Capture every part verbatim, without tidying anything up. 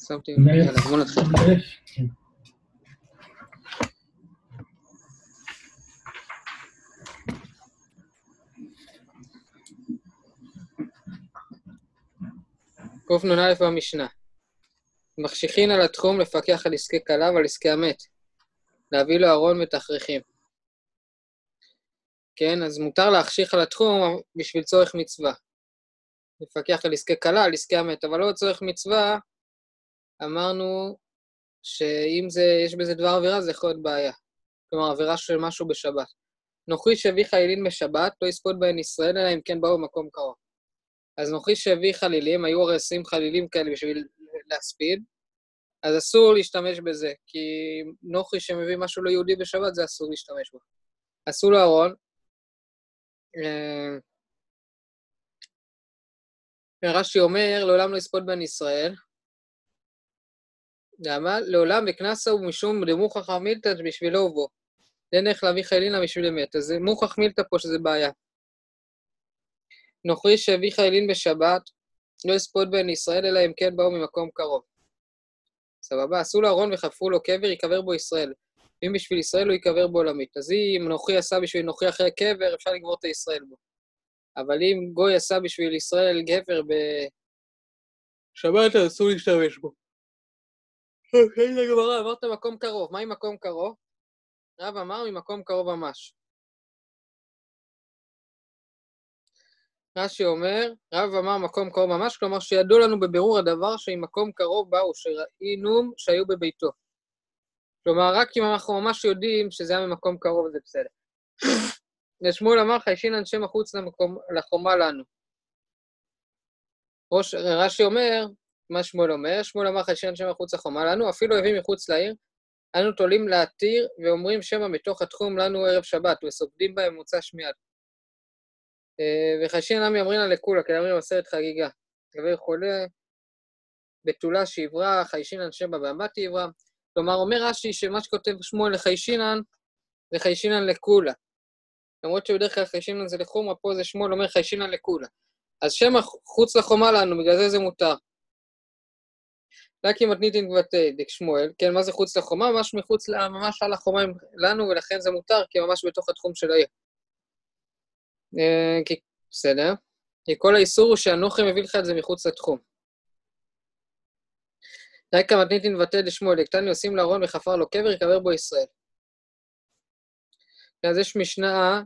שמתי, יאללה, בוא נתחיל. קוף נ"א במשנה. מחשיכין על התחום לפקח על עסקי כלה ועל עסקי המת, להביא לו ארון ותכריכים. כן, אז מותר להחשיך על התחום בשביל צורך מצווה. לפקח על עסקי כלה, על עסקי המת, אבל לא צורך מצווה, אמרנו שאם זה, יש בזה דבר עבירה, זה יכול להיות בעיה. כלומר, עבירה של משהו בשבת. נוכרי שהביא חלילין בשבת, לא יספוד בהן ישראל, אלא אם כן באו במקום קרוב. אז נוכרי שהביא חלילים, היו הרי עשרים חלילים כאלה בשביל להספיד, אז אסור להשתמש בזה, כי נוכרי שמביא משהו לא יהודי בשבת, זה אסור להשתמש בו. עשו לו ארון, רש"י אומר, לעולם לא יספוד בהן ישראל, למה? לעולם וכנסה הוא משום דמוכח מילתא בשבילו ובו. זה נלך להביא חיילינה בשביל אמת, אז זה מוכח מילתא פה שזה בעיה. נוכרי שהביא חיילין בשבת, לא יספוד בהן ישראל, אלא אם כן באו ממקום קרוב. סבבה, עשו לו ארון וחפרו לו קבר, יקבר בו ישראל. אם בשביל ישראל הוא יקבר בו עולמית. אז אם נוכרי עשה בשביל נוכרי אחרי קבר, אפשר לגבור את הישראל בו. אבל אם גוי עשה בשביל ישראל גבר בשבת, אז אסור להשתמש בו. אוקיי, לגמרא, עברת מקום קרוב. מה עם מקום קרוב? רב אמר ממקום קרוב ממש. רש"י אומר, רב אמר מקום קרוב ממש, כלומר שידעו לנו בבירור הדבר שעם מקום קרוב באו, שראינו שהיו בביתו. כלומר, רק אם אנחנו ממש יודעים שזה היה ממקום קרוב, זה בסדר. ושמואל אמר, חיישין אנשי מחוץ למקום, לחומה לנו. ראש, רש"י אומר, מה שמואל אומר? שמואל אמר, חיישין אנשי מחוץ לחומה לנו, אפילו אוהבים מחוץ לעיר, אנו תולים להתיר ואומרים שמה מתוך התחום לנו ערב שבת, וסוגדים בהם מוצא שמיעת. וחיישין עמי אמרין לה לכולה, כי אמרים עשרת חגיגה. לגבי חולה, בתולה שעברה, חיישינן שבה באמבטי עברה. כלומר, אומר רש"י שמה שכותב שמואל לחיישינן, זה חיישינן לכולה. למרות שבדרך כלל חיישינן זה לחומה, פה זה שמואל אומר חיישינן לכולה. אז שם חוץ לחומה לנו, בגלל זה זה מותר. רק אם מתניתין גבתי דק שמואל, כן, מה זה חוץ לחומה? ממש מחוץ, ממש על החומה לנו, ולכן זה מותר, כי ממש בתוך התחום של העיר. כי בסדר. כי כל האיסור הוא שהנוכרי מביא לך את זה מחוץ לתחום. רק המתניתין מבטא דשמואל, דקטני עושים לארון וחפר לו קבר, יקבר בו ישראל. אז יש משנה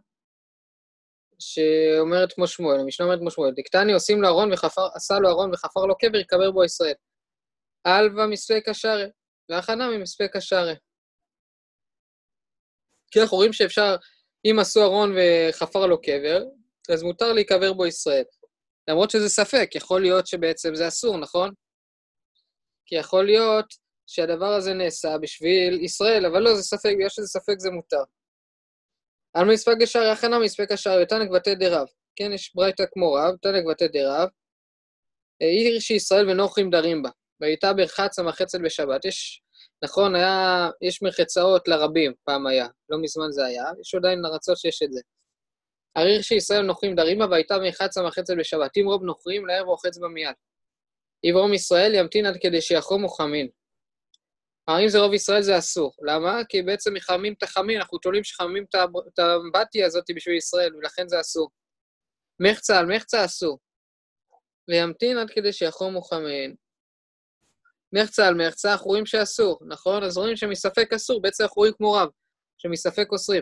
שאומרת כמו שמואל, המשנה אומרת כמו שמואל, דקטני עושים לארון וחפר, עשה לו ארון וחפר לו קבר, יקבר בו ישראל. אלווה מספק השרה, והכנה ממספק השרה. כי אנחנו רואים שאפשר, אם עשו ארון וחפר לו קבר, אז מותר להיקבר בו ישראל. למרות שזה ספק, יכול להיות שבעצם זה אסור, נכון? כי יכול להיות שהדבר הזה נעשה בשביל ישראל, אבל לא, זה ספק, בגלל שזה ספק זה מותר. על מספק השער, הכנה מספק השער, ותנק בתי דרב. כן, יש ברייתא כמו רב, תנק בתי דרב. עיר שישראל ונוכרים דרים בה, והייתה ברחץ המחצת בשבת. יש, נכון, היה, יש מרחצאות לרבים, פעם היה, לא מזמן זה היה, יש עדיין ארצות שיש את זה. העיר שישראל נוכרים דרים בה, והייתה ברחץ המחצת בשבת. אם רוב נוכרים, לערב רוחץ בה מיד. יברום ישראל ימתין עד כדי שיחום וחמין. אם זה רוב ישראל זה אסור. למה? כי בעצם מחממים את החמין, אנחנו תולים שחממים את האמבטי הזאת בשביל ישראל, ולכן זה אסור. מחצה על מחצה אסור. וימתין עד כדי שיחום וחמין. מחצה על מחצה, אנחנו רואים שאסור, נכון? אז רואים שמספק אסור, בעצם אנחנו רואים כמו רב, שמספק אוסרים.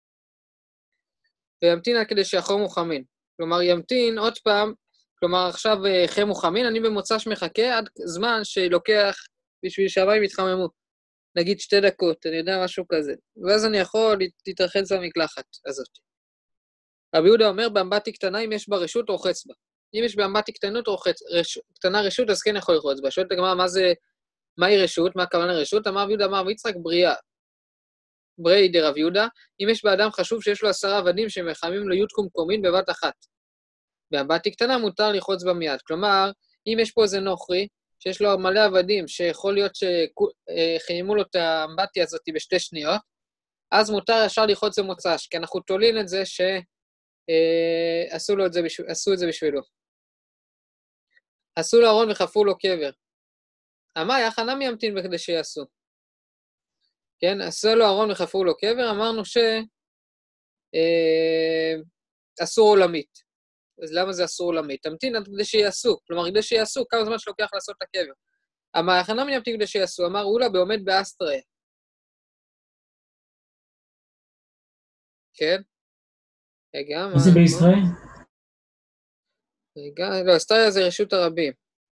וימתין עד כדי שיחום וחמין. כלומר, ימתין עוד פעם, כלומר, עכשיו חם וחמין, אני במוצ"ש מחכה עד זמן שלוקח בשביל שהמים יתחממו. נגיד שתי דקות, אני יודע משהו כזה. ואז אני יכול להתרחץ במקלחת הזאת. רבי יהודה אומר, באמבטי קטנה, אם יש בה רשות, רוחץ בה. אם יש באמבטי קטנות, רוחץ, רש, קטנה רשות, אז כן יכול לרחוץ בה. שואלת הגמרא, מה זה, מהי רשות? מה הכוונה רשות? אמר רבי יהודה, אמר ויצחק, בריאה. ברי דרב יהודה, אם יש באדם חשוב שיש לו עשרה עבדים שמחמים לו יודקום קומין בבת אחת. באמבטי קטנה מותר לרחוץ בה מיד. כלומר, אם יש פה איזה נוכרי, שיש לו מלא עבדים, שיכול להיות שחיימו לו את האמבטי הזאת בשתי שניות, אז מותר ישר לרחוץ במוצ"ש, כי אנחנו תולים את זה שעשו לו את זה, עשו את זה בשבילו. עשו לו ארון וחפרו לו קבר. אמר, יחנמי ימתין בכדי שיעשו. כן, עשו לו ארון וחפרו לו קבר, אמרנו ש... אה, אסור עולמית. אז למה זה אסור עולמית? תמתין עד כדי שיעשו. כלומר, כדי שיעשו, כמה זמן שלוקח לעשות את הקבר. אמר, יחנמי ימתין כדי שיעשו, אמר, אולה בעומד באסטריה. כן? רגע, מה זה בישראל? רגע, לא, אסטריה זה רשות הרבים.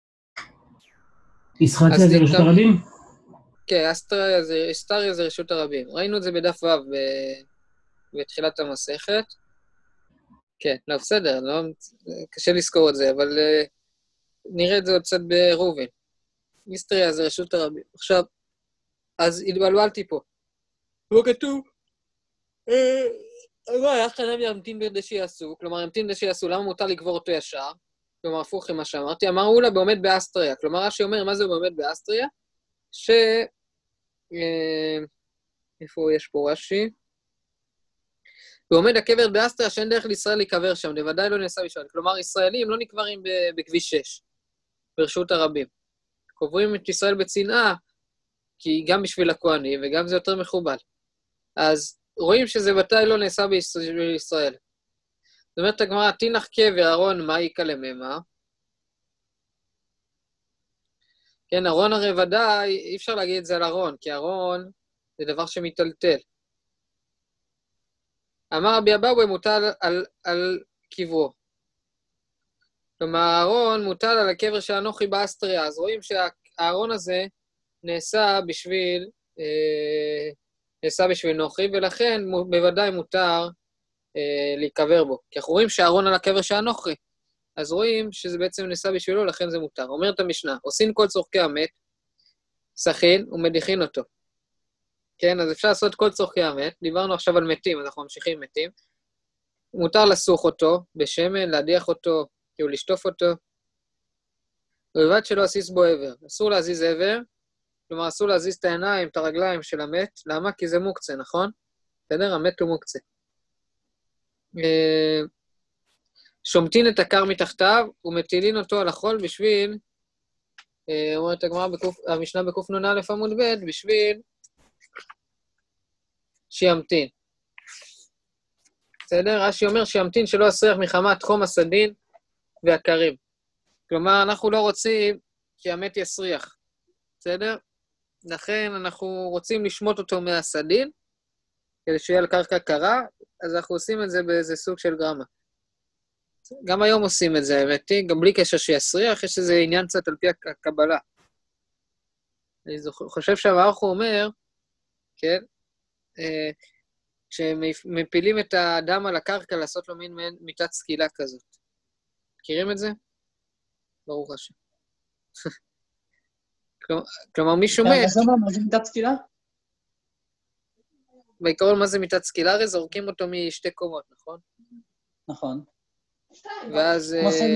ישחטיה זה רשות הרבים? כן, אסטריה זה, אסטריה זה רשות הרבים. ראינו את זה בדף ו' בתחילת המסכת. כן, לא, בסדר, לא, קשה לזכור את זה, אבל uh, נראה את זה עוד קצת ברובין. אסטריה זה רשות הרבים. עכשיו, אז התבלבלתי פה. לא כתוב, מה, יחנמי ימתין בכדי שיעשו, כלומר, ימתין בכדי שיעשו, למה מותר לקבור אותו ישר? כלומר, הפוך ממה שאמרתי, אמר אולה בעומד באסטריה, כלומר, רש"י אומר, מה זה בעומד באסטריה? ש... איפה יש פה רש"י? ועומד הקבר באסטריה שאין דרך לישראל להיקבר שם, בוודאי לא נעשה בשביל. כלומר, ישראלים לא נקברים בכביש שש, ברשות הרבים. קוברים את ישראל בצנעה, כי גם בשביל הכהנים, וגם זה יותר מכובד. אז רואים שזה ודאי לא נעשה בישראל. זאת אומרת, הגמרא, תינח קבר, ארון, מה יקה לממה? כן, ארון הרי ודאי, אי אפשר להגיד את זה על ארון, כי ארון זה דבר שמתלתל. אמר רבי אבאו, מוטל על, על קברו. כלומר, הארון מוטל על הקבר של אנוכי באסטריה, אז רואים שהארון הזה נעשה בשביל, אה, נעשה בשביל נוכי, ולכן בוודאי מותר אה, להיקבר בו. כי אנחנו רואים שהארון על הקבר של אנוכי, אז רואים שזה בעצם נעשה בשבילו, לכן זה מותר. אומרת המשנה, עושים כל צורכי המת, סכין ומדיחין אותו. כן, אז אפשר לעשות כל צורכי המת, דיברנו עכשיו על מתים, אז אנחנו ממשיכים מתים. מותר לסוך אותו בשמן, להדיח אותו, כאילו לשטוף אותו, ובלבד שלא עסיס בו עבר. אסור להזיז עבר, כלומר אסור להזיז את העיניים, את הרגליים של המת, למה? כי זה מוקצה, נכון? בסדר? המת הוא מוקצה. שומטין את הקר מתחתיו ומטילין אותו על החול בשביל, אומרת הגמרא, המשנה בקוף נון א' עמוד ב', בשביל שימתין. בסדר? רש"י אומר שימתין שלא יסריח מחמת חום הסדין והקרים. כלומר, אנחנו לא רוצים שהמת יסריח. בסדר? לכן אנחנו רוצים לשמוט אותו מהסדין, כדי שיהיה על קרקע קרה, אז אנחנו עושים את זה באיזה סוג של גרמה. גם היום עושים את זה, האמת היא, גם בלי קשר שיסריח, יש איזה עניין קצת על פי הקבלה. אני חושב שהמערך הוא אומר, כן, כשמפילים את האדם על הקרקע, לעשות לו מין מיטת סקילה כזאת. מכירים את זה? ברוך השם. כלומר, מישהו מת... מה זה מיטת סקילה? בעיקרון, מה זה מיטת סקילה? הרי זורקים אותו משתי קומות, נכון? נכון. ואז...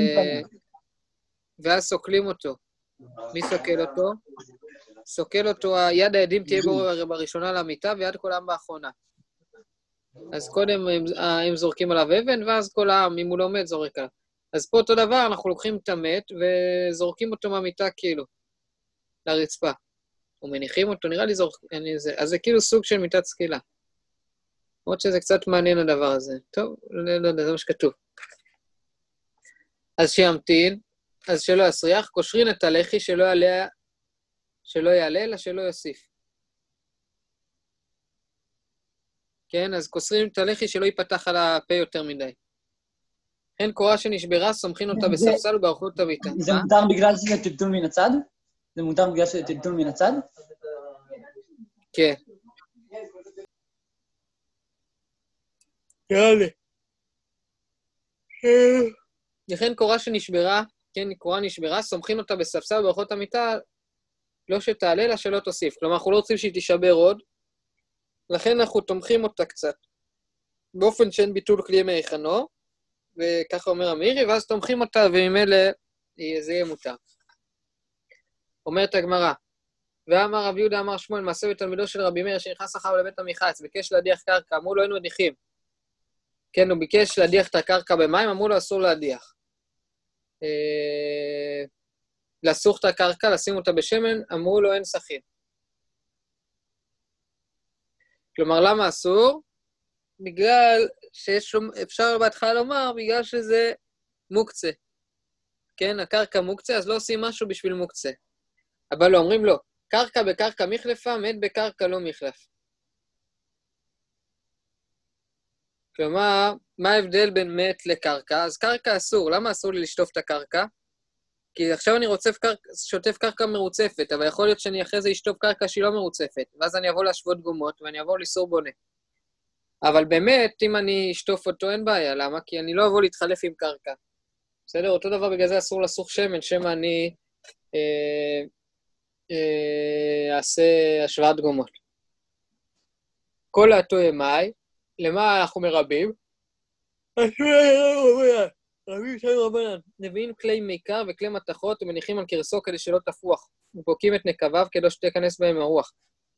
ואז סוקלים אותו. מי סוקל אותו? סוקל אותו, יד העדים תהיה בו בראשונה למיטה, ויד כל העם באחרונה. אז קודם הם זורקים עליו אבן, ואז כל העם, אם הוא לא מת, זורק עליו. אז פה אותו דבר, אנחנו לוקחים את המת, וזורקים אותו מהמיטה כאילו, לרצפה. ומניחים אותו, נראה לי זורק... אז זה כאילו סוג של מיטת סקילה. למרות שזה קצת מעניין הדבר הזה. טוב, לא יודע, זה מה שכתוב. אז שימתין, אז שלא יסריח, קושרין את הלחי שלא יעלה, שלא יעלה, אלא שלא יוסיף. כן, אז קושרים את הלחי שלא ייפתח על הפה יותר מדי. אין קורה שנשברה, סומכין אותה בספסל ובארוחות הביתה. זה מותר בגלל שזה טלטול מן הצד? זה מותר בגלל שזה טלטול מן הצד? כן. יאללה. לכן קורה שנשברה, כן, קורה נשברה, סומכין אותה בספסל ובארוחות המיטה, לא שתעלה, אלא שלא תוסיף. כלומר, אנחנו לא רוצים שהיא תישבר עוד, לכן אנחנו תומכים אותה קצת, באופן שאין ביטול כלי מהיכנו, וככה אומר אמירי, ואז תומכים אותה, וממילא זה יהיה מותר. אומרת הגמרא, ואמר רב יהודה אמר שמואל, מעשה בתלמידו של רבי מאיר, שנכנס אחריו לבית המחץ, ביקש להדיח קרקע, אמרו לו, היינו מדיחים. כן, הוא ביקש להדיח את הקרקע במים, אמרו לו, אסור להדיח. אה... לסוך את הקרקע, לשים אותה בשמן, אמרו לו אין סכין. כלומר, למה אסור? בגלל שיש, אפשר בהתחלה לומר, בגלל שזה מוקצה. כן, הקרקע מוקצה, אז לא עושים משהו בשביל מוקצה. אבל לא, אומרים לא, קרקע בקרקע מחלפה, מת בקרקע לא מחלף. כלומר, מה ההבדל בין מת לקרקע? אז קרקע אסור, למה אסור לי לשטוף את הקרקע? כי עכשיו אני רוצף קרקע, שוטף קרקע מרוצפת, אבל יכול להיות שאני אחרי זה אשטוף קרקע שהיא לא מרוצפת, ואז אני אבוא להשוות גומות ואני אבוא לאיסור בונה. אבל באמת, אם אני אשטוף אותו, אין בעיה. למה? כי אני לא אבוא להתחלף עם קרקע. בסדר? אותו דבר בגלל זה אסור לסוך שמן, שמה אני אה, אה, אעשה השוואת גומות. כל העתו ימי, למה אנחנו מרבים? רבים שם רבנן. נביאים כלי מיכר וכלי מתכות ומניחים על קרסו כדי שלא תפוח. ופוקים את נקביו כדי שתיכנס בהם הרוח.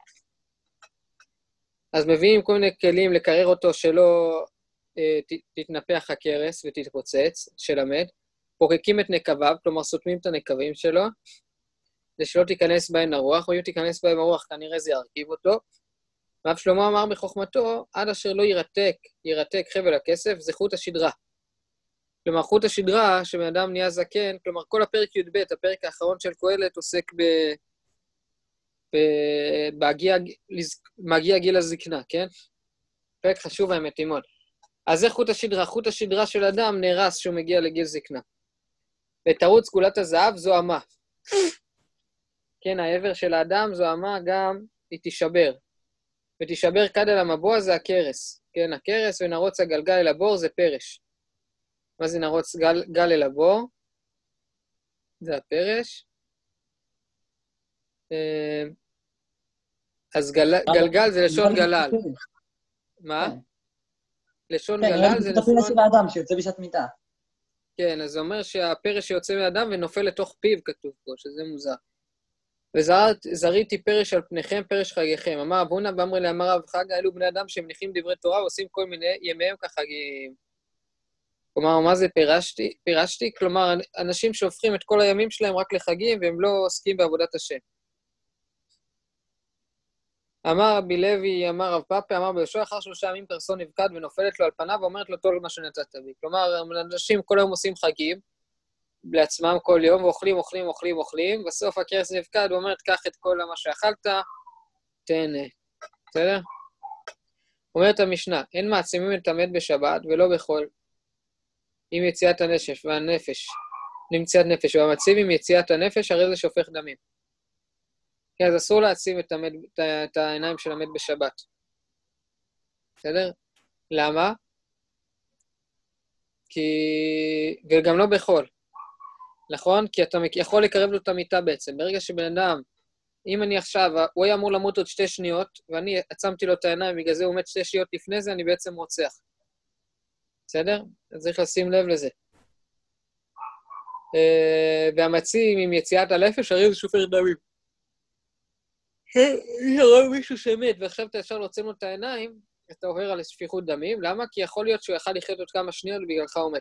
אז מביאים כל מיני כלים לקרר אותו שלא אה, ת, תתנפח הקרס ותתפוצץ של המת. פורקים את נקביו, כלומר סותמים את הנקבים שלו, כדי שלא תיכנס בהן הרוח, ואם תיכנס בהם הרוח כנראה זה ירכיב אותו. ואף שלמה אמר בחוכמתו, עד אשר לא ירתק, ירתק חבל הכסף, זה חוט השדרה. כלומר, חוט השדרה, שבן אדם נהיה זקן, כלומר, כל הפרק י' ב', הפרק האחרון של קהלת, עוסק ב... בהגיע, מגיע גיל הזקנה, כן? פרק חשוב האמת מאוד. אז זה חוט השדרה, חוט השדרה של אדם נהרס שהוא מגיע לגיל זקנה. ותרוץ סגולת הזהב זו אמה. כן, העבר של האדם זו אמה גם, היא תישבר. ותישבר כד על המבוע זה הקרס. כן, הקרס ונרוץ הגלגל אל הבור זה פרש. מה זה נרוץ גל, גל אל הבור? זה הפרש. אז גל, גלגל זה לשון גלל. מה? לשון גלל זה לשון... כן, של האדם שיוצא בשעת מיטה. כן, אז זה אומר שהפרש שיוצא מהאדם ונופל לתוך פיו, כתוב פה, שזה מוזר. וזריתי פרש על פניכם, פרש חגיכם. אמר אבונה באמרי לאמר רב חגה, אלו בני אדם שמניחים דברי תורה ועושים כל מיני ימיהם כחגים. כלומר, מה זה פירשתי? פירשתי? כלומר, אנשים שהופכים את כל הימים שלהם רק לחגים והם לא עוסקים בעבודת השם. אמר רבי לוי, אמר רב פאפה, אמר ביהושע, אחר שלושה ימים פרסון נבקד ונופלת לו על פניו ואומרת לו טול מה שנתת בי. כלומר, אנשים כל היום עושים חגים לעצמם כל יום, ואוכלים, אוכלים, אוכלים, אוכלים, בסוף הכרס נבקד ואומרת, קח את כל מה שאכלת, תהנה. בסדר? אומרת המשנה, אין מעצימים את המת בשבת ולא בחול, עם יציאת הנפש והנפש, למציאת נפש, והמציב עם יציאת הנפש, הרי זה שופך דמים. כן, אז אסור להציב את, המת, את העיניים של המת בשבת. בסדר? למה? כי... וגם לא בחול. נכון? כי אתה יכול לקרב לו את המיטה בעצם. ברגע שבן אדם, אם אני עכשיו, הוא היה אמור למות עוד שתי שניות, ואני עצמתי לו את העיניים, בגלל זה הוא מת שתי שניות לפני זה, אני בעצם רוצח. בסדר? אז צריך לשים לב לזה. והמציב עם יציאת הנפש, הרי זה שופך דמים. אם רואה מישהו שמת, ועכשיו אתה אפשר להוציא לו את העיניים, אתה עובר על שפיכות דמים. למה? כי יכול להיות שהוא יכל לחיות עוד כמה שניות, ובגללך הוא מת.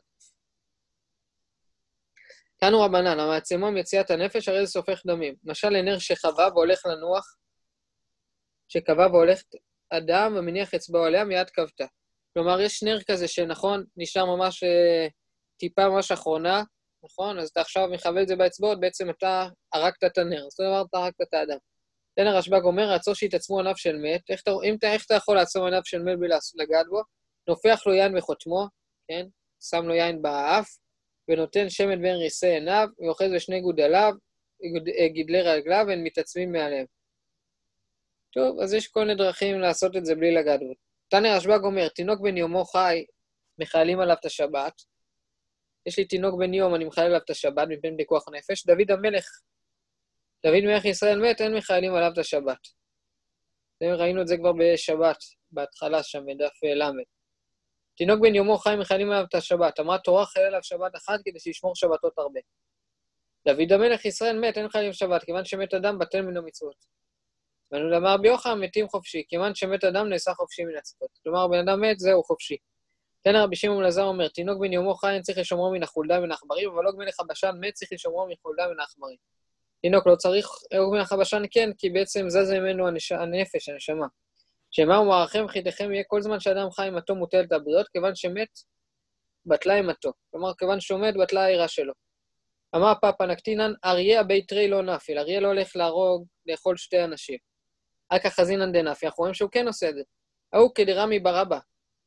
תנו רבנן, המעצמו עם יציאת הנפש, הרי זה שופך דמים. למשל, לנר שחווה והולך לנוח, שחווה והולך אדם, ומניח אצבעו עליה, מיד כבתה. כלומר, יש נר כזה שנכון, נשאר ממש טיפה ממש אחרונה, נכון? אז אתה עכשיו מכוון את זה באצבעות, בעצם אתה הרגת את הנר. זאת אומרת, אתה הרגת את האדם. תן הרשב"ג אומר, רצו שיתעצמו עיניו של מת, איך אתה, אם אתה, איך אתה יכול לעצום עיניו של מת בלי לגעת בו? נופח לו יין בחותמו, כן? שם לו יין באף, ונותן שמן בין ריסי עיניו, ואוחז בשני גודליו, גדלי רגליו, והם מתעצמים מעליהם. טוב, אז יש כל מיני דרכים לעשות את זה בלי לגעת בו. תנא רשב"ג אומר, תינוק בן יומו חי, מחיילים עליו את השבת. יש לי תינוק בן יום, אני מחייל עליו את השבת, מפני פיקוח נפש. דוד המלך, דוד מלך ישראל מת, אין מחיילים עליו את השבת. ראינו את זה כבר בשבת, בהתחלה שם, בדף למד. תינוק בן יומו חי, מחיילים עליו את השבת. אמרה תורה חייל עליו שבת אחת כדי שישמור שבתות הרבה. דוד המלך ישראל מת, אין חיילים שבת, כיוון שמת אדם בטל מן המצוות. ואנו אמר ביוחנן מתים חופשי, כיוון שמת אדם נעשה חופשי מן הצוות. כלומר, בן אדם מת, זהו חופשי. תנא רבי שמעון אלעזר אומר, תינוק בן יומו חי, אין צריך לשומרו מן החולדה מן העכברים, אבל עוג מלך הבשן מת צריך לשומרו מחולדה מן העכברים. תינוק לא צריך עוג מלך הבשן כן, כי בעצם זז ממנו הנש... הנפש, הנשמה. שמה ומערכם וחיתכם יהיה כל זמן שאדם חי אימתו מוטלת הבריות, כיוון שמת בטלה אימתו. כלומר, כיוון שעומד בטלה העירה שלו. אמר פאפא נקטינן, אריה הבית תרי לא נפיל, אריה לא הולך להרוג, לאכול שתי אנשים. אקא חזינן דנפי, אנחנו רואים שהוא כן עושה את זה. ההוא כדרמי ברבא.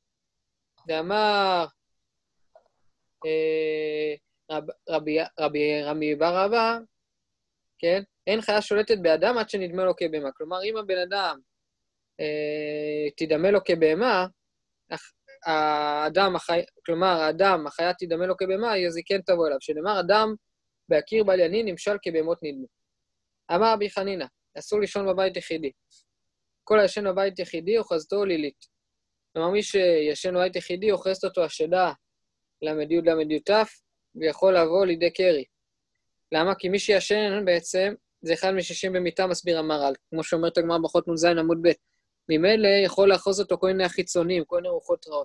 ואמר אה, רב, רבי, רבי, רבי בר רבא, כן? אין חיה שולטת באדם עד שנדמה לו כבהמה. כלומר, אם הבן אדם אה, תדמה לו כבהמה, האדם, החי... כלומר, האדם, החיה תדמה לו כבהמה, אז היא כן תבוא אליו. שנאמר, אדם בהכיר בל ינין נמשל כבהמות נדמו. אמר רבי חנינא, אסור לישון בבית יחידי. כל הישן בבית יחידי אוחזתו לילית. כלומר, מי שישן בבית יחידי אוחזת אותו השדה למד י' למד י' ת', ויכול לבוא לידי קרי. למה? כי מי שישן בעצם, זה אחד משישים במיטה מסביר המהר"ל, כמו שאומרת הגמרא ברכות נ"ז עמוד ב'. ממילא יכול לאחוז אותו כל מיני החיצונים, כל מיני רוחות רעות.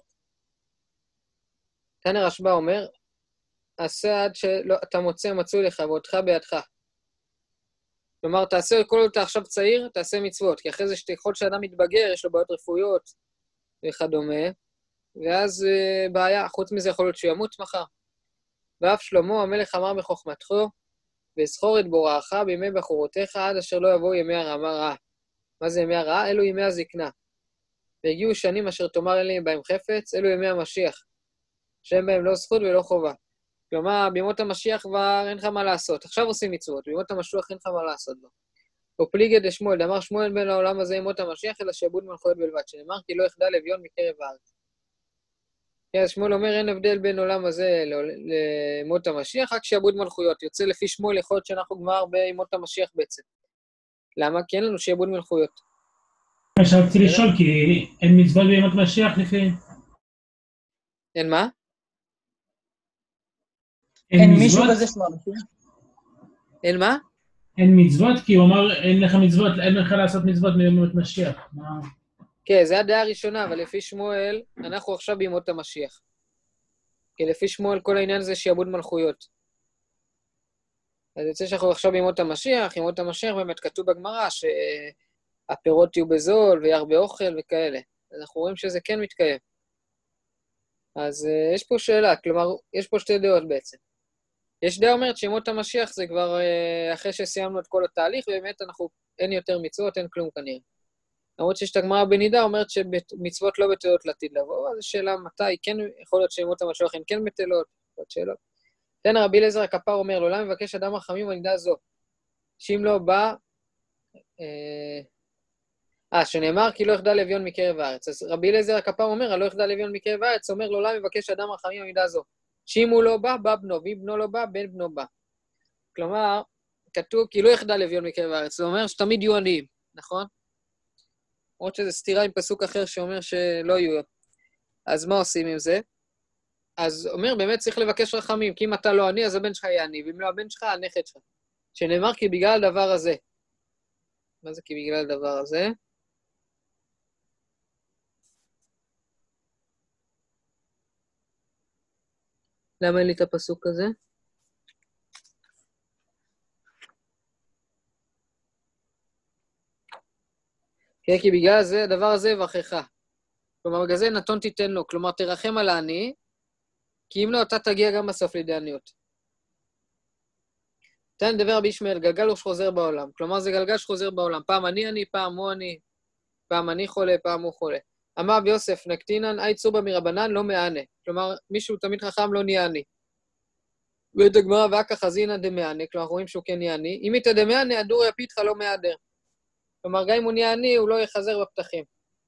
תנא רשב"א אומר, עשה עד שאתה מוצא מצוי לך ואותך בידך. כלומר, תעשה, כל עוד אתה עכשיו צעיר, תעשה מצוות, כי אחרי זה שתכול שאדם מתבגר, יש לו בעיות רפואיות וכדומה, ואז uh, בעיה, חוץ מזה יכול להיות שימות מחר. ואף שלמה המלך אמר בחוכמתו, וזכור את בוראך בימי בחורותיך עד אשר לא יבואו ימי הרמה רעה. מה זה ימי הרעה? אלו ימי הזקנה. והגיעו שנים אשר תאמר אליהם בהם חפץ, אלו ימי המשיח, שאין בהם לא זכות ולא חובה. כלומר, בימות המשיח כבר אין לך מה לעשות. עכשיו עושים מצוות, בימות המשיח אין לך מה לעשות בו. ופליגי דשמואל, דאמר שמואל בין העולם הזה ימות המשיח, אלא שעבוד מלכויות בלבד, שנאמר כי לא יחדל אביון מקרב הארץ. אז שמואל אומר, אין הבדל בין עולם הזה לימות המשיח, רק שעבוד מלכויות. יוצא לפי שמואל, יכול להיות שאנחנו כבר בימות המשיח בעצם. למה? כי אין לנו שעבוד מלכויות. עכשיו רציתי לשאול, כי אין מצוות בימות משיח לפי... אין מה? אין מישהו כזה שמואל. אין מה? אין מצוות, כי הוא אמר, אין לך מצוות, אין לך לעשות מצוות בימות משיח. כן, זה הדעה הראשונה, אבל לפי שמואל, אנחנו עכשיו בימות המשיח. כי לפי שמואל כל העניין זה שעבוד מלכויות. אז יוצא שאנחנו עכשיו בימות המשיח, ימות המשיח באמת כתוב בגמרא שהפירות יהיו בזול וירבה אוכל וכאלה. אז אנחנו רואים שזה כן מתקיים. אז uh, יש פה שאלה, כלומר, יש פה שתי דעות בעצם. יש דעה אומרת שימות המשיח זה כבר uh, אחרי שסיימנו את כל התהליך, ובאמת אנחנו, אין יותר מצוות, אין כלום כנראה. למרות שיש את הגמרא בנידה, אומרת שמצוות לא בטלות לעתיד לבוא, אז השאלה מתי, כן יכול להיות שימות המשיח הן כן בטלות, עוד שאלות. תנא רבי אליעזר הכפר אומר, לעולם מבקש אדם רחמים בנידה זו, שאם לא בא, אה, שנאמר כי לא יחדל אביון מקרב הארץ. אז רבי אליעזר הכפר אומר, הלא יחדל אביון מקרב הארץ, אומר, לעולם מבקש אדם רחמים בנידה זו, שאם הוא לא בא, בא בנו, ואם בנו לא בא, בן בנו בא. כלומר, כתוב כי לא יחדל אביון מקרב הארץ, זה אומר שתמיד יהיו עניים, נכון? למרות שזה סתירה עם פסוק אחר שאומר שלא יהיו. אז מה עושים עם זה? אז אומר, באמת צריך לבקש רחמים, כי אם אתה לא עני, אז הבן שלך יהיה עני, ואם לא הבן שלך, הנכד שלך. שנאמר כי בגלל הדבר הזה. מה זה כי בגלל הדבר הזה? למה אין לי את הפסוק הזה? כן, כי בגלל זה, הדבר הזה יברכך. כלומר, בגלל זה נתון תיתן לו. כלומר, תרחם על העני, כי אם לא, אתה תגיע גם בסוף לידי עניות. תן לדבר רבי ישמעאל, גלגל הוא שחוזר בעולם. כלומר, זה גלגל שחוזר בעולם. פעם אני אני, פעם הוא אני, פעם אני חולה, פעם הוא חולה. אמר רבי יוסף, נקטינן, אי צובה מרבנן, לא מענה. כלומר, מישהו תמיד חכם לא נהיה עני. ואת הגמרא ואקא חזינא דמענה, כלומר, רואים שהוא כן נהיה עני. אם איתא דמענה, הדור יפיתך לא מעדר. כלומר, גם אם הוא נהיה עני, הוא לא יחזר בפתחים.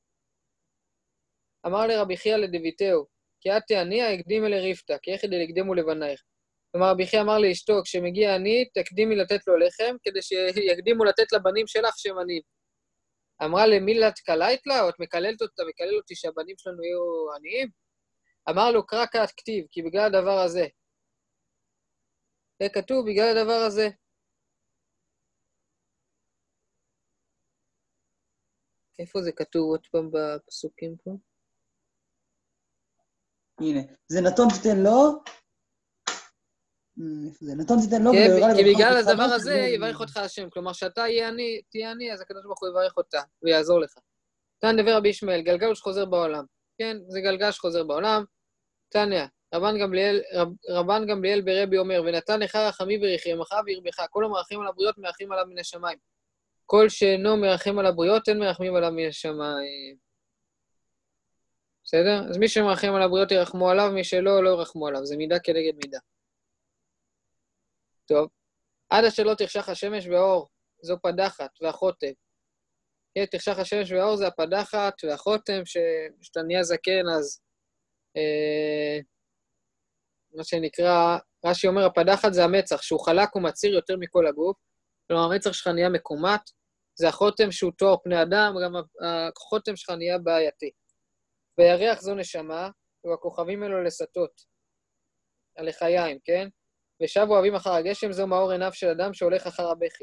אמר לרבי חייא לדביתהו, כי את תעניה, הקדים אלי ריפתא, כי יחד יקדמו לבנייך. כלומר, רבי חייא אמר לאשתו, כשמגיע עני, תקדימי לתת לו לחם, כדי שיקדימו לתת לבנים שלך שהם עניים. אמרה למי את קלעת לה, או את מקללת אותה, מקלל אותי שהבנים שלנו יהיו עניים? אמר לו, קרא כת כתיב, כי בגלל הדבר הזה. זה כתוב בגלל הדבר הזה. איפה זה כתוב עוד פעם בפסוקים פה? הנה, זה נתון תיתן לו, זה נתון תיתן לו, ולא יראה לי... כי בגלל הדבר הזה יברך אותך השם, כלומר שאתה תהיה עני, אז הקדוש ברוך הוא יברך אותה, ויעזור לך. תן דבר רבי ישמעאל, גלגל שחוזר בעולם. כן, זה גלגל שחוזר בעולם. תניא, רבן גמליאל, רב, רבן גמליאל ברבי אומר, ונתן לך רחמי וריחמך וירבך, כל המרחמים על הבריות מרחמים עליו מן השמיים. כל שאינו מרחם על הבריות, אין מרחמים עליו מן השמיים. בסדר? אז מי שמרחם על הבריות ירחמו עליו, מי שלא, לא ירחמו עליו. זה מידה כנגד מידה. טוב. עד אשר לא תחשך השמש והאור, זו פדחת והחוטב. כן, תחשך השמש והאור זה הפדחת והחוטם, שאתה נהיה זקן, אז אה, מה שנקרא, רש"י אומר, הפדחת זה המצח, שהוא חלק ומציר יותר מכל הגוף, כלומר, המצח שלך נהיה מקומט, זה החוטם שהוא תואר פני אדם, גם החוטם שלך נהיה בעייתי. וירח זו נשמה, והכוכבים אלו לסטות, על לחיים, כן? ושבו אוהבים אחר הגשם, זו מאור עיניו של אדם שהולך אחר הבכי.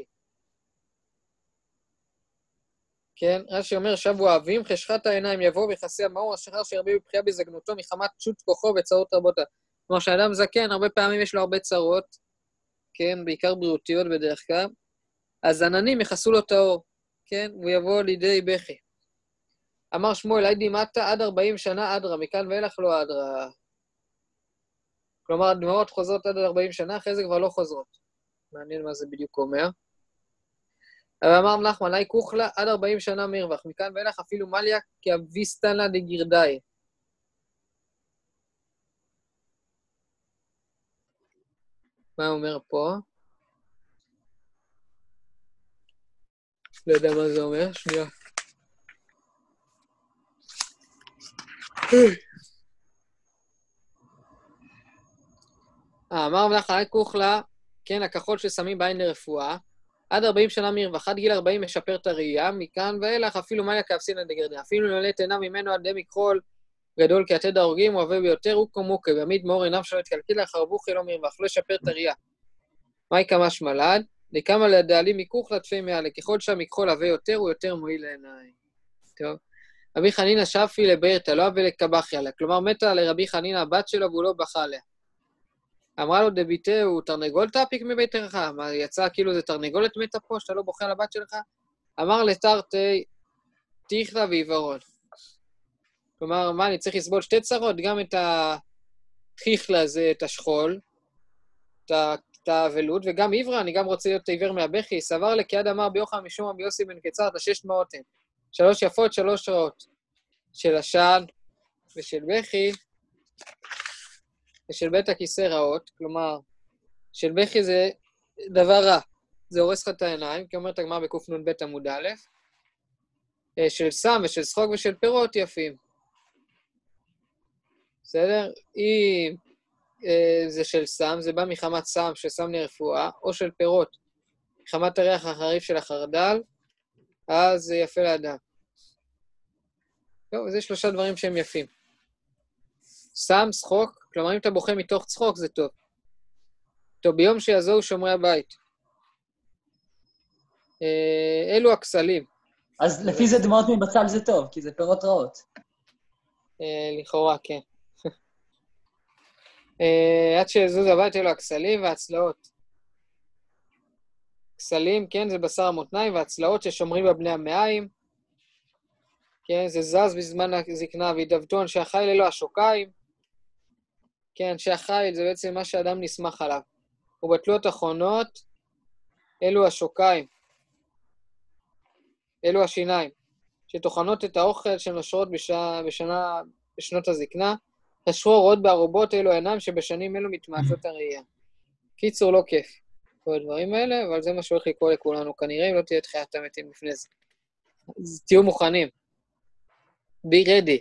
כן? רש"י אומר, שבו אוהבים, חשכת העיניים יבוא ויחסי המאור, השחר שירבה בבחייה בזגנותו, מחמת שוט כוחו וצרות רבות. כלומר, שאדם זקן, הרבה פעמים יש לו הרבה צרות, כן? בעיקר בריאותיות בדרך כלל. אז עננים יחסו לו את האור, כן? הוא יבוא לידי בכי. אמר שמואל, היידי מטה עד ארבעים שנה אדרה, מכאן ואילך לא אדרה. כלומר, הדמעות חוזרות עד ארבעים שנה, אחרי זה כבר לא חוזרות. מעניין מה זה בדיוק אומר. אבל אמר נחמן, אי כוכלה עד ארבעים שנה מרווח, מכאן ואילך אפילו מליה כאביסטנה דגירדאי. מה אומר פה? לא יודע מה זה אומר, שנייה. אמר נחמן, אי כוכלה, כן, הכחול ששמים בעין לרפואה, עד ארבעים שנה מרווח, עד גיל ארבעים משפר את הראייה, מכאן ואילך אפילו מליה כאפסינא דגרדאי. אפילו נולט עיניו ממנו עד דמי כחול גדול כעתד ההורגים, אוהב ביותר, הוא כמוקה, ויעמיד מאור עיניו שלא יתקלקל לאחר בוכי לא מרווח, לא ישפר את הראייה. מהי כמה שמלד? לכמה לדעלים מכוך לתפי מעלה, ככל שהמכחול עבה יותר, הוא יותר מועיל לעיניים. טוב. רבי חנינא שפי לבאר תלוה ולקבחי עליה, כלומר מתה לרבי חנינא הבת שלו והוא לא בכה עליה. אמרה לו דביתהו, תרנגול תפיק מביתך? מה, יצא כאילו זה תרנגולת מתה פה, שאתה לא בוכה על הבת שלך? אמר לתרתי תיכלה ועיוורון. כלומר, מה, אני צריך לסבול שתי צרות? גם את התיכלה הזה, את השכול, את האבלות, וגם עיוורה, אני גם רוצה להיות עיוור מהבכי. סבר לכיד אמר ביוחנן משום רבי יוסי בן קיצר, את השש דמעות הן. שלוש יפות, שלוש רעות. של עשן ושל בכי, ושל בית הכיסא רעות, כלומר, של בכי זה דבר רע, זה הורס לך את העיניים, כי אומרת הגמרא בקנ"ב עמוד א', של סם ושל שחוק ושל פירות יפים. בסדר? אם אה, זה של סם, זה בא מחמת סם שסם לרפואה, או של פירות, מחמת הריח החריף של החרדל, אז זה יפה לאדם. טוב, זה שלושה דברים שהם יפים. סם, שחוק, כלומר אם אתה בוכה מתוך צחוק זה טוב. טוב, ביום שיעזור שומרי הבית. אה, אלו הכסלים. אז לפי זה דמעות מבצל זה טוב, כי זה פירות רעות. אה, לכאורה, כן. אה, עד שיעזוז הבית אלו הכסלים והצלעות. כסלים, כן, זה בשר המותניים, והצלעות ששומרים בבני המאיים. כן, זה זז בזמן הזקנה, והידבתון שהחיל אלו השוקיים. כן, שהחיל זה בעצם מה שאדם נשמח עליו. ובתלות אחרונות, אלו השוקיים. אלו השיניים, שתוכנות את האוכל שנושרות בשנה, בשנה, בשנות הזקנה, תשרו רואות בערובות אלו העיניים שבשנים אלו מתמעטות הראייה. קיצור, לא כיף. כל הדברים האלה, אבל זה מה שהולך לקרוא לכולנו. כנראה אם לא תהיה תחיית המתים לפני זה. אז תהיו מוכנים. be ready.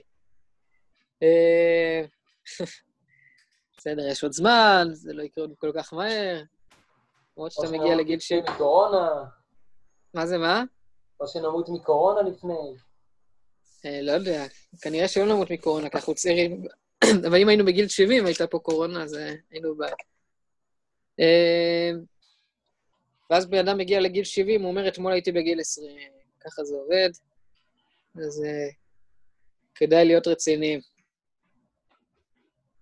בסדר, יש עוד זמן, זה לא יקרה כל כך מהר. למרות שאתה מגיע לגיל ש... מקורונה. מה זה, מה? או שנמות מקורונה לפני. לא יודע, כנראה שלא נמות מקורונה, כי אנחנו צעירים, אבל אם היינו בגיל שבעים, הייתה פה קורונה, אז היינו בבית. ואז באדם מגיע לגיל שבעים, הוא אומר, אתמול הייתי בגיל עשרים, ככה זה עובד, אז כדאי להיות רציניים.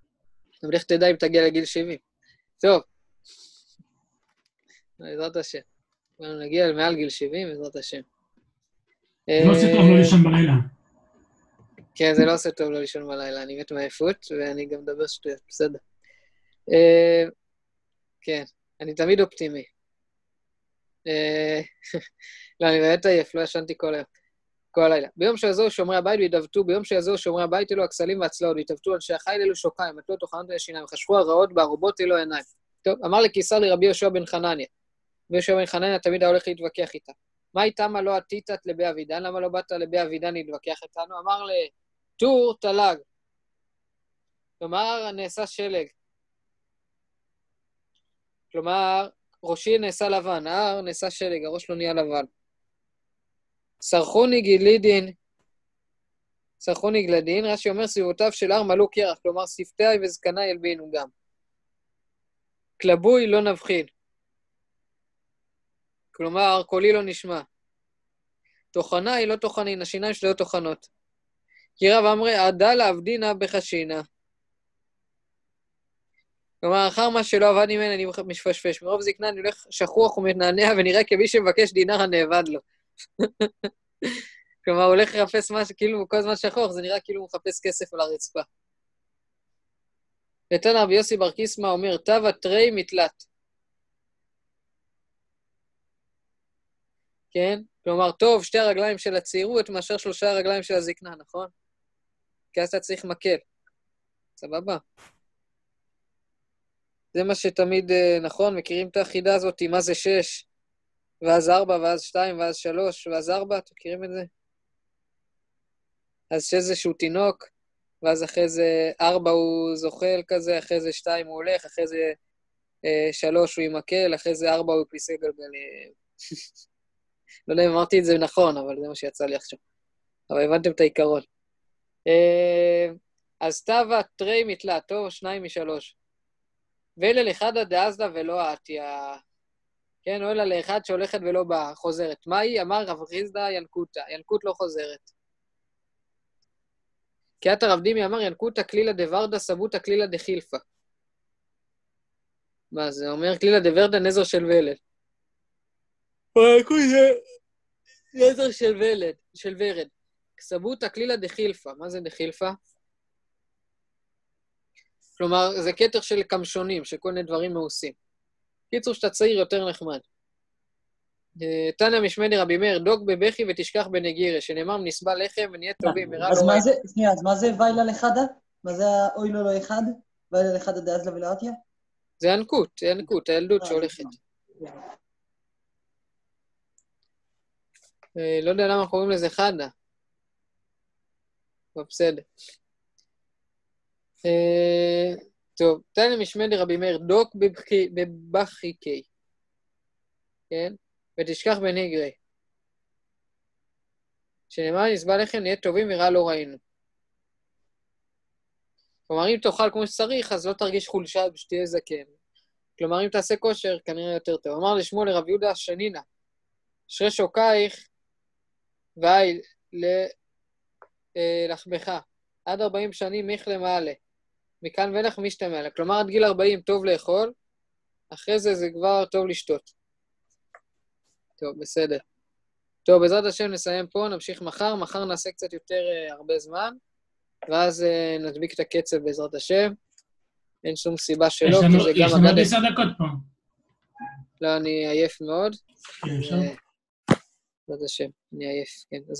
אבל איך תדע אם תגיע לגיל שבעים. טוב. בעזרת השם. נגיע מעל גיל שבעים, בעזרת השם. זה לא עושה טוב לא לישון בלילה. כן, זה לא עושה טוב לא לישון בלילה, אני מת מעייפות, ואני גם מדבר שטויות, בסדר. כן, אני תמיד אופטימי. לא, אני באמת עייף, לא ישנתי כל היום. כל הלילה. ביום שיעזור שומרי הבית וידבטו, ביום שיעזור שומרי הבית אלו הכסלים והצלעות, ויתבטו אנשי החיל אלו שוקיים, מטלו תוכנות לשיניים, וחשכו הרעות בערובות אלו עיניים. טוב, אמר לקיסר לרבי יהושע בן חנניה. רבי יהושע בן חנניה תמיד היה הולך להתווכח איתה. מה איתה מה לא עתיתת לבי אבידן? למה לא באת לבי אבידן להתווכח איתנו? אמר לטור תלג. כלומר, נעשה שלג. כלומר, ראשי נעשה לבן, ההר נעשה שלג, הראש לא נהיה לבן. סרחוני גלידין, סרחוני גלדין, רש"י אומר סביבותיו של הר מלאו קרח, כלומר שפתיי וזקניי ילבינו גם. כלבוי לא נבחין, כלומר קולי לא נשמע. תוכניי לא תוכנין, השיניים שלי לא תוכנות. כי רב אמרי, עדה לעבדינה בחשינה. כלומר, אחר מה שלא עבד ממני, אני משפשפש. מרוב זקנה אני הולך שכוח ומתנענע, ונראה כמי שמבקש דינר הנאבד לו. כלומר, הוא הולך לחפש משהו, כאילו כל הזמן שכוח, זה נראה כאילו הוא מחפש כסף על הרצפה. ותן רבי יוסי בר קיסמא אומר, תווה תרי מתלת. כן? כלומר, טוב, שתי הרגליים של הצעירות, מאשר שלושה הרגליים של הזקנה, נכון? כי אז אתה צריך מקל. סבבה. זה מה שתמיד נכון, מכירים את האחידה הזאת, מה זה שש, ואז ארבע, ואז שתיים, ואז שלוש, ואז ארבע, אתם מכירים את זה? אז שש זה שהוא תינוק, ואז אחרי זה ארבע הוא זוחל כזה, אחרי זה שתיים הוא הולך, אחרי זה אה, שלוש הוא עם מקל, אחרי זה ארבע הוא כיסא גלגלים. לא יודע אם אמרתי את זה נכון, אבל זה מה שיצא לי עכשיו. אבל הבנתם את העיקרון. אה, אז תווה תרי מתלת, טוב, שניים משלוש. ואלה לחדה דאזדה ולא העתיה. כן, או אלא לאחד שהולכת ולא באה, חוזרת. מה היא? אמר רב חיסדא ינקותא. ינקות לא חוזרת. כי את הרב דימי אמר ינקותא כלילה דוורדא סבותא כלילה דחילפא. מה זה אומר? כלילה דוורדא נזר של ולד. ינקות זה נזר של ולד, של ורד. סבותא כלילה דחילפא. מה זה דחילפא? כלומר, זה כתר של קמשונים, של כל מיני דברים מעושים. קיצור שאתה צעיר יותר נחמד. תניא משמעי רבי מאיר, דוק בבכי ותשכח בנגירה, שנאמר נסבה לחם ונהיה טובים. אז מה זה, שנייה, אז מה זה ויילה לחדה? מה זה אוי לא לא אחד? ויילה לחדה דאזלה ולא עתיה? זה ינקות, ינקות, הילדות שהולכת. לא יודע למה קוראים לזה חדה. אבל בסדר. טוב, תניא משמעי רבי מאיר, דוק בבכי, כן? ותשכח בנגרי. שנאמר נסבה לכם נהיה טובים ורע לא ראינו. כלומר, אם תאכל כמו שצריך, אז לא תרגיש חולשה בשתהיה זקן. כלומר, אם תעשה כושר, כנראה יותר טוב. אמר לשמואל לרב יהודה שנינה, שרי שוקייך ואי לחמך, עד ארבעים שנים מיך למעלה. מכאן ולך משתמע לה. כלומר, עד גיל ארבעים טוב לאכול, אחרי זה זה כבר טוב לשתות. טוב, בסדר. טוב, בעזרת השם נסיים פה, נמשיך מחר. מחר נעשה קצת יותר uh, הרבה זמן, ואז uh, נדביק את הקצב בעזרת השם. אין שום סיבה שלא, כי זה גם... יש לנו עשר דקות פה. לא, אני עייף מאוד. כן, אפשר? בעזרת השם, אני עייף, כן.